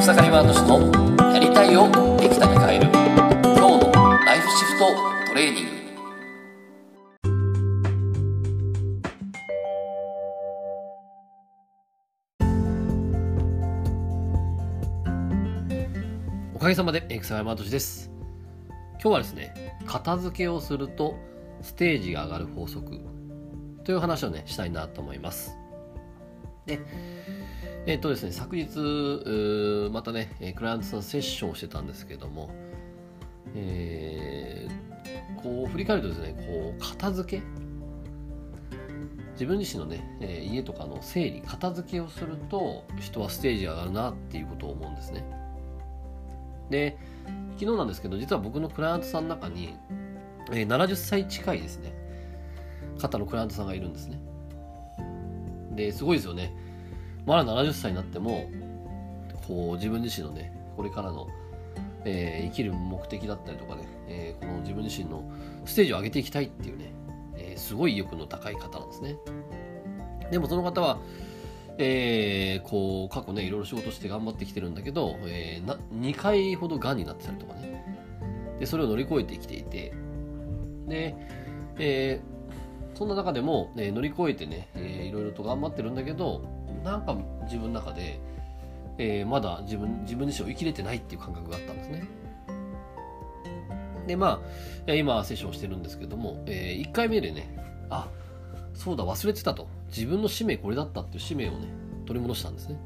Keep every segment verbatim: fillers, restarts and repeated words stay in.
草刈ワード氏のやりたいをできたに変える今日のライフシフトトレーニング。おかげさまで草刈ワード氏です。今日はですね、片付けをするとステージが上がる法則という話をねしたいなと思います。でえっとですね、昨日またねクライアントさんセッションをしてたんですけども、えー、こう振り返るとですね、こう片付け自分自身のね、えー、家とかの整理片付けをすると人はステージが上がるなっていうことを思うんですね。で昨日なんですけど、実は僕のクライアントさんの中に、えー、ななじゅっさい近いですね方のクライアントさんがいるんですね。ですごいですよね。まだななじゅっさいになってもこう自分自身のねこれからの、えー、生きる目的だったりとかね、えー、この自分自身のステージを上げていきたいっていうね、えー、すごい意欲の高い方なんですね。でもその方は、えー、こう過去ねいろいろ仕事して頑張ってきてるんだけど、えー、なにかいほどがんになってたりとかね、でそれを乗り越えてきていて、で、えー、そんな中でも、ね、乗り越えてね、えー、いろいろと頑張ってるんだけど、なんか自分の中で、えー、まだ自分自分自身を生きれてないっていう感覚があったんですね。でまあ今セッションしてるんですけども、えー、いっかいめでね、あそうだ忘れてたと、自分の使命これだったっていう使命をね取り戻したんですね。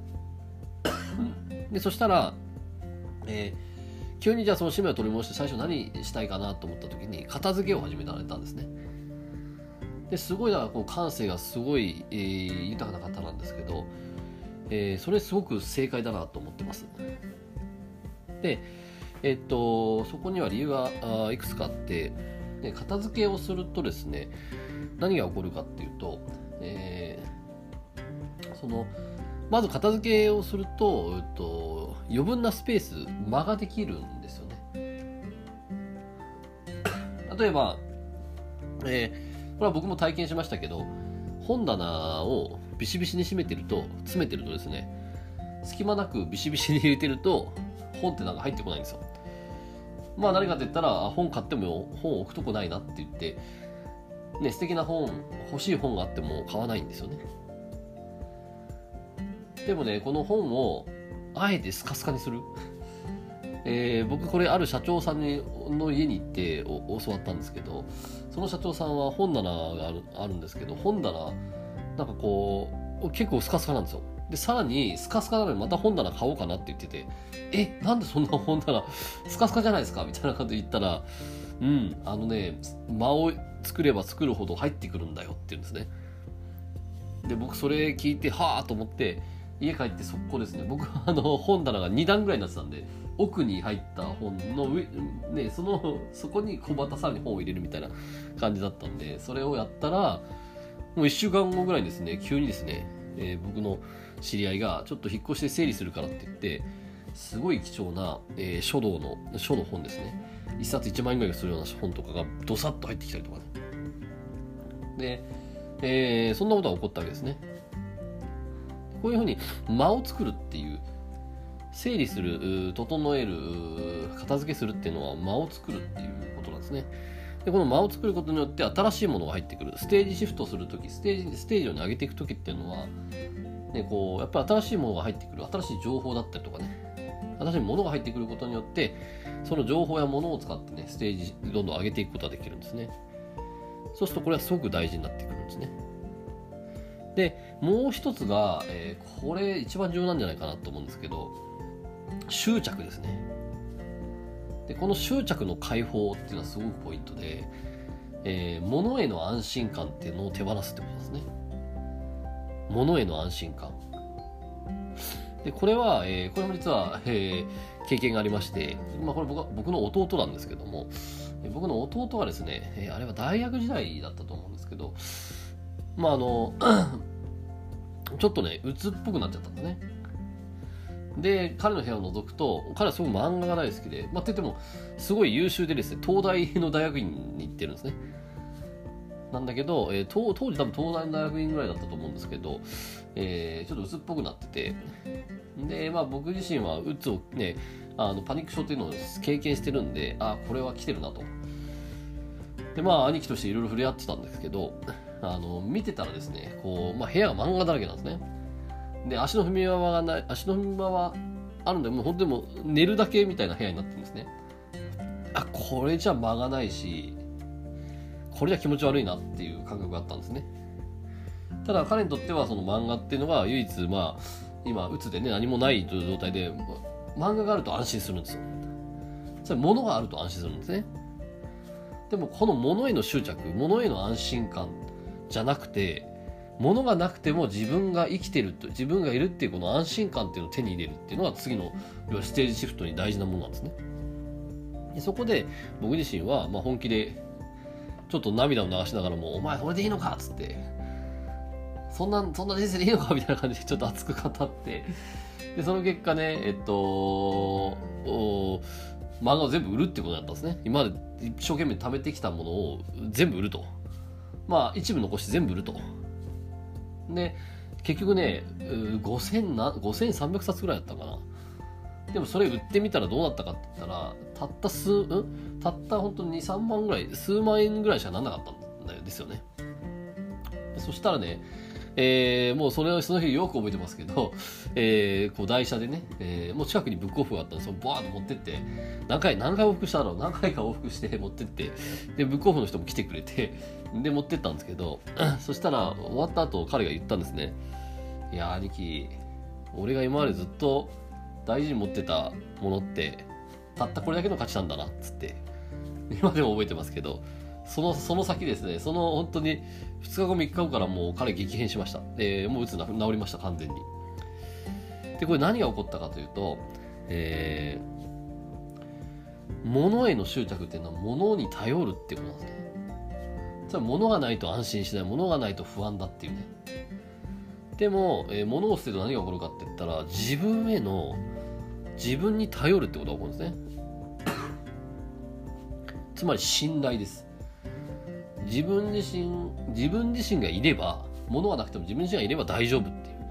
でそしたら、えー、急にじゃあその使命を取り戻して最初何したいかなと思った時に片付けを始められたんですね。ですごいだからこう感性がすごい、えー、豊かな方なんですけど、えー、それすごく正解だなと思ってます。で、えー、っとそこには理由がいくつかあって、で片付けをするとですね、何が起こるかっていうと、えー、そのまず片付けをすると、えー、っと余分なスペース間ができるんですよね。例えば、えーこれは僕も体験しましたけど、本棚をビシビシに締めてると詰めてるとですね、隙間なくビシビシに入れてると本ってなんか入ってこないんですよ。まあ何かって言ったら、本買っても本置くとこないなって言ってね、素敵な本欲しい本があっても買わないんですよね。でもね、この本をあえてスカスカにする、えー、僕これある社長さんの家に行って教わったんですけど、その社長さんは本棚がある、あるんですけど、本棚なんかこう結構スカスカなんですよ。でさらにスカスカなのにまた本棚買おうかなって言ってて、えなんでそんな本棚スカスカじゃないですかみたいな感じで言ったら、うんあのね間を作れば作るほど入ってくるんだよって言うんですね。で僕それ聞いてはあと思って家帰って速攻ですね、僕はあの本棚がにだんぐらいになってたんで、奥に入った本の上、ね、そのそこに小旗さらに本を入れるみたいな感じだったんで、それをやったらもういっしゅうかんごぐらいにですね、急にですね、えー、僕の知り合いがちょっと引っ越して整理するからって言って、すごい貴重な、えー、書道の書の本ですね、いっさついちまんえんぐらいするような本とかがドサッと入ってきたりとかね。で、えー、そんなことが起こったわけですね。こういうふうに間を作るっていう、整理する、整える、片付けするっていうのは間を作るっていうことなんですね。でこの間を作ることによって新しいものが入ってくる、ステージシフトするとき、ステージステージを上げていくときっていうのは、ね、こうやっぱり新しいものが入ってくる、新しい情報だったりとかね、新しいものが入ってくることによってその情報やものを使ってねステージどんどん上げていくことができるんですね。そうするとこれはすごく大事になってくるんですね。でもう一つが、えー、これ一番重要なんじゃないかなと思うんですけど、執着ですね。でこの執着の解放っていうのはすごくポイントで、えー、物への安心感っていうのを手放すってことですね。物への安心感で、これは、えー、これも実は、えー、経験がありまして、まあ、これ 僕, は僕の弟なんですけども、僕の弟がですね、えー、あれは大学時代だったと思うんですけど、まああのちょっとね鬱っぽくなっちゃったんですね。で彼の部屋を覗くと、彼はすごく漫画が大好きで、まあ、って言ってもすごい優秀でですね、東大の大学院に行ってるんですね。 なんだけど、えー、当, 当時多分東大の大学院ぐらいだったと思うんですけど、えー、ちょっと鬱っぽくなってて、で、まあ、僕自身は鬱をね、あのパニック症っていうのを経験してるんで、あこれは来てるなと。でまあ兄貴としていろいろ触れ合ってたんですけど、あの見てたらですね、こう、まあ、部屋が漫画だらけなんですね。で足の踏み場がない、足の踏み場はあるんで、もう本当にもう寝るだけみたいな部屋になってるんですね。あこれじゃ間がないし、これじゃ気持ち悪いなっていう感覚があったんですね。ただ彼にとってはその漫画っていうのが唯一、まあ今鬱でね何もないという状態で漫画があると安心するんですよ。それ物があると安心するんですね。でもこの物への執着、物への安心感じゃなくて、物がなくても自分が生きてると、自分がいるっていうこの安心感っていうのを手に入れるっていうのが次のステージシフトに大事なものなんですね。でそこで僕自身はまあ本気でちょっと涙を流しながらも、お前それでいいのかっつって、そんなそんな人生でいいのかみたいな感じでちょっと熱く語って、でその結果ね、えっと漫画を全部売るってことだったんですね。今まで一生懸命貯めてきたものを全部売ると、まあ一部残して全部売ると。で結局ねごせんさんびゃくさつぐらいだったかな。でもそれ売ってみたらどうなったかって言ったら、たった数、んたった本当にに、さんまんぐらい、数万円ぐらいしかならなかったんですよね。そしたらね、えー、もうそれをその日よく覚えてますけど、えー、こう台車でね、えー、もう近くにブックオフがあったんですよ。バーッと持ってって、何回何回往復しただろう、何回か往復して持ってって、でブックオフの人も来てくれて、で持ってったんですけど、そしたら終わった後彼が言ったんですね。いや兄貴、俺が今までずっと大事に持ってたものってたったこれだけの価値なんだなっつって、今でも覚えてますけど、そのその先ですね、その本当にふつかごみっかごからもう彼激変しました。でもううつ治りました、完全に。でこれ何が起こったかというと、えー、物への執着っていうのは物に頼るっていうことなんですね。つまり物がないと安心しない、物がないと不安だっていうね。でも、えー、物を捨てると何が起こるかって言ったら、自分への自分に頼るってことが起こるんですね。つまり信頼です。自分自身自分自身がいれば、物がなくても自分自身がいれば大丈夫っていう、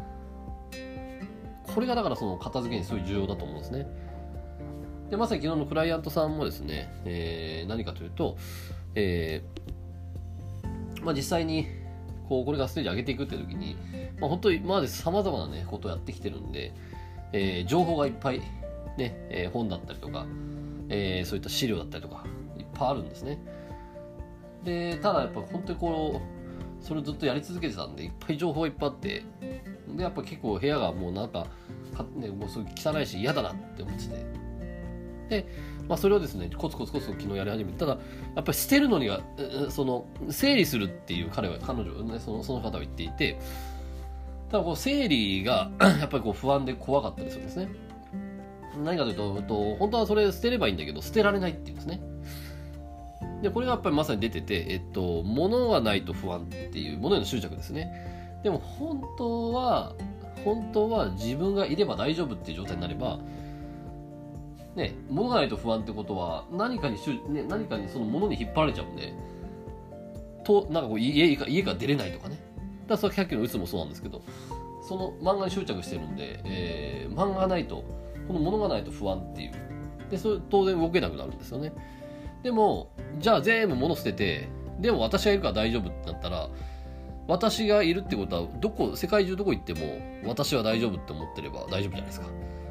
これがだからその片付けにすごい重要だと思うんですね。でまさに昨日のクライアントさんもですね、えー、何かというと、えーまあ、実際にこうこれがステージ上げていくっていう時に、まあ、本当に今まで様々な、ね、ことをやってきてるんで、えー、情報がいっぱい、ねえー、本だったりとか、えー、そういった資料だったりとかいっぱいあるんですね。でただやっぱ本当にこうそれをずっとやり続けてたんで、いっぱい情報がいっぱいあって、でやっぱ結構部屋がもうなんかか、ね、もうすごい汚いし嫌だなって思ってて、で、まあ、それをですねコツコツコツコツ昨日やり始めて、ただやっぱり捨てるのにはその整理するっていう彼は彼女、ね、そのその方は言っていて、ただこう整理がやっぱりこう不安で怖かったりするんですね。何かというと、と本当はそれ捨てればいいんだけど捨てられないっていうんですね。でこれがやっぱりまさに出てて、えっと、物がないと不安っていう物への執着ですね。でも本当は本当は自分がいれば大丈夫っていう状態になれば、ね、物がないと不安ってことは何かに、ね、何かにその物に引っ張られちゃうんで、となんかこう 家, 家から出れないとかね。だからさっきのうつもそうなんですけど、その漫画に執着してるんで、えー、漫画がないと、この物がないと不安っていう、でそれ当然動けなくなるんですよね。でもじゃあ全部物捨てて、でも私がいるから大丈夫ってなったら、私がいるってことはどこ世界中どこ行っても私は大丈夫って思ってれば大丈夫じゃないですか。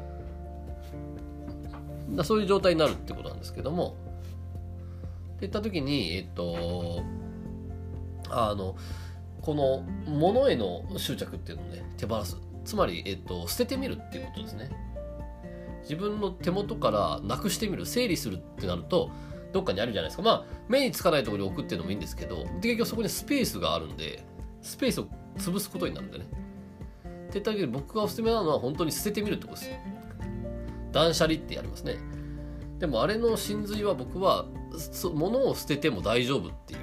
だそういう状態になるってことなんですけども、っていった時にえっとあのこの物への執着っていうのをね手放す、つまり、えっと、捨ててみるっていうことですね。自分の手元からなくしてみる、整理するってなるとどっかにあるじゃないですか。まあ目につかないところに置くっていうのもいいんですけど、結局そこにスペースがあるんで、スペースを潰すことになるんでね。って言ったわけで僕がおすすめなのは本当に捨ててみるってことです。断捨離ってやりますね。でもあれの真髄は僕は物を捨てても大丈夫っていう、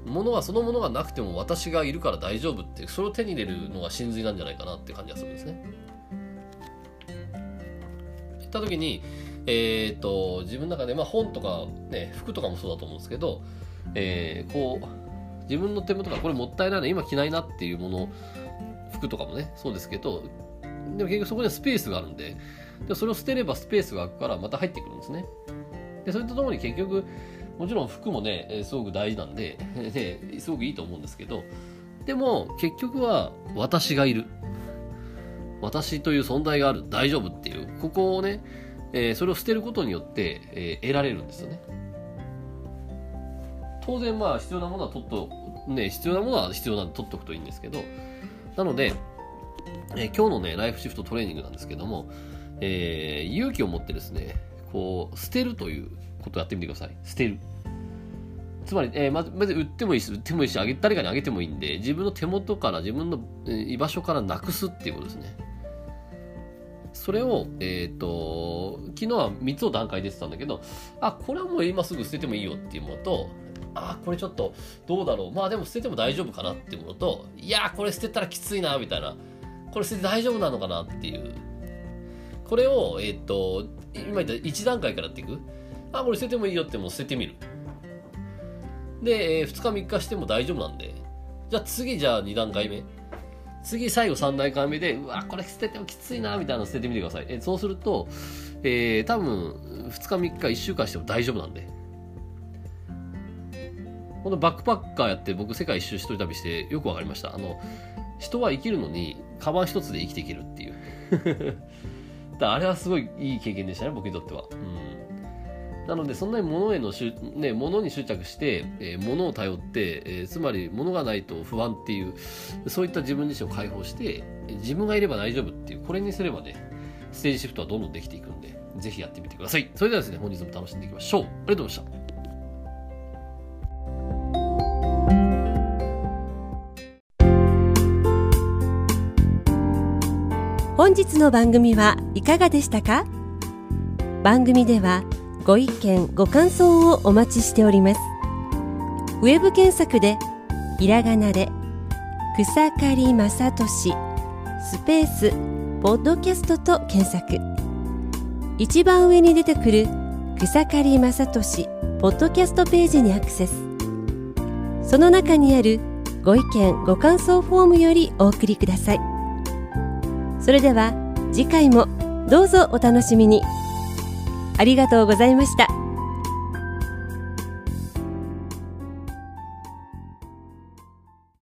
物はそのものがなくても私がいるから大丈夫っていう、それを手に入れるのが真髄なんじゃないかなって感じがするんですね。言った時に、えー、と自分の中で、まあ、本とか、ね、服とかもそうだと思うんですけど、 えー、こう自分の手元がこれもったいないな、今着ないなっていうもの、服とかもねそうですけど、でも結局そこにはスペースがあるんで、でそれを捨てればスペースが空くからまた入ってくるんですね。でそれとともに結局もちろん服もねすごく大事なんで、ね、すごくいいと思うんですけど、でも結局は私がいる、私という存在がある、大丈夫っていう、ここをね、えー、それを捨てることによって、えー、得られるんですよね。当然まあ必要なものは取っとね必要なものは必要なんで取っとくといいんですけど、なので、えー、今日のねライフシフトトレーニングなんですけども、えー、勇気を持ってですね、こう捨てるということをやってみてください。捨てる。つまり、えー、まず、まず売ってもいいし、売ってもいいし、あげ誰かにあげてもいいんで、自分の手元から、自分の、えー、居場所からなくすっていうことですね。それを、えっと、昨日はみっつの段階出てたんだけど、あ、これはもう今すぐ捨ててもいいよっていうものと、あ、これちょっとどうだろう、まあでも捨てても大丈夫かなっていうものと、いや、これ捨てたらきついなみたいな、これ捨てて大丈夫なのかなっていう、これを、えっと、今言ったいち段階からやっていく。あ、これ捨ててもいいよってもう捨ててみる。で、えー、ふつかみっかしても大丈夫なんで、じゃあ次、じゃあに段階目。次、最後さん段階目で、うわ、これ捨ててもきついなみたいなの捨ててみてください。えー、そうすると、えー、多分ふつかみっかいっしゅうかんしても大丈夫なんで。このバックパッカーやって僕世界一周一人旅してよくわかりました。あの人は生きるのにカバン一つで生きていけるっていうだあれはすごいいい経験でしたね、僕にとっては。うん、なのでそんなに物への執、ね、物に執着して、えー、物を頼って、えー、つまり物がないと不安っていうそういった自分自身を解放して自分がいれば大丈夫っていうこれにすればねステージシフトはどんどんできていくんでぜひやってみてください。それではですね本日も楽しんでいきましょう。ありがとうございました。 本日の番組はいかがでしたか？番組ではご意見ご感想をお待ちしております。ウェブ検索でひらがなで草刈正俊スペースポッドキャストと検索、一番上に出てくる草刈正俊ポッドキャストページにアクセス。その中にあるご意見ご感想フォームよりお送りください。それでは次回もどうぞお楽しみに。ありがとうございました。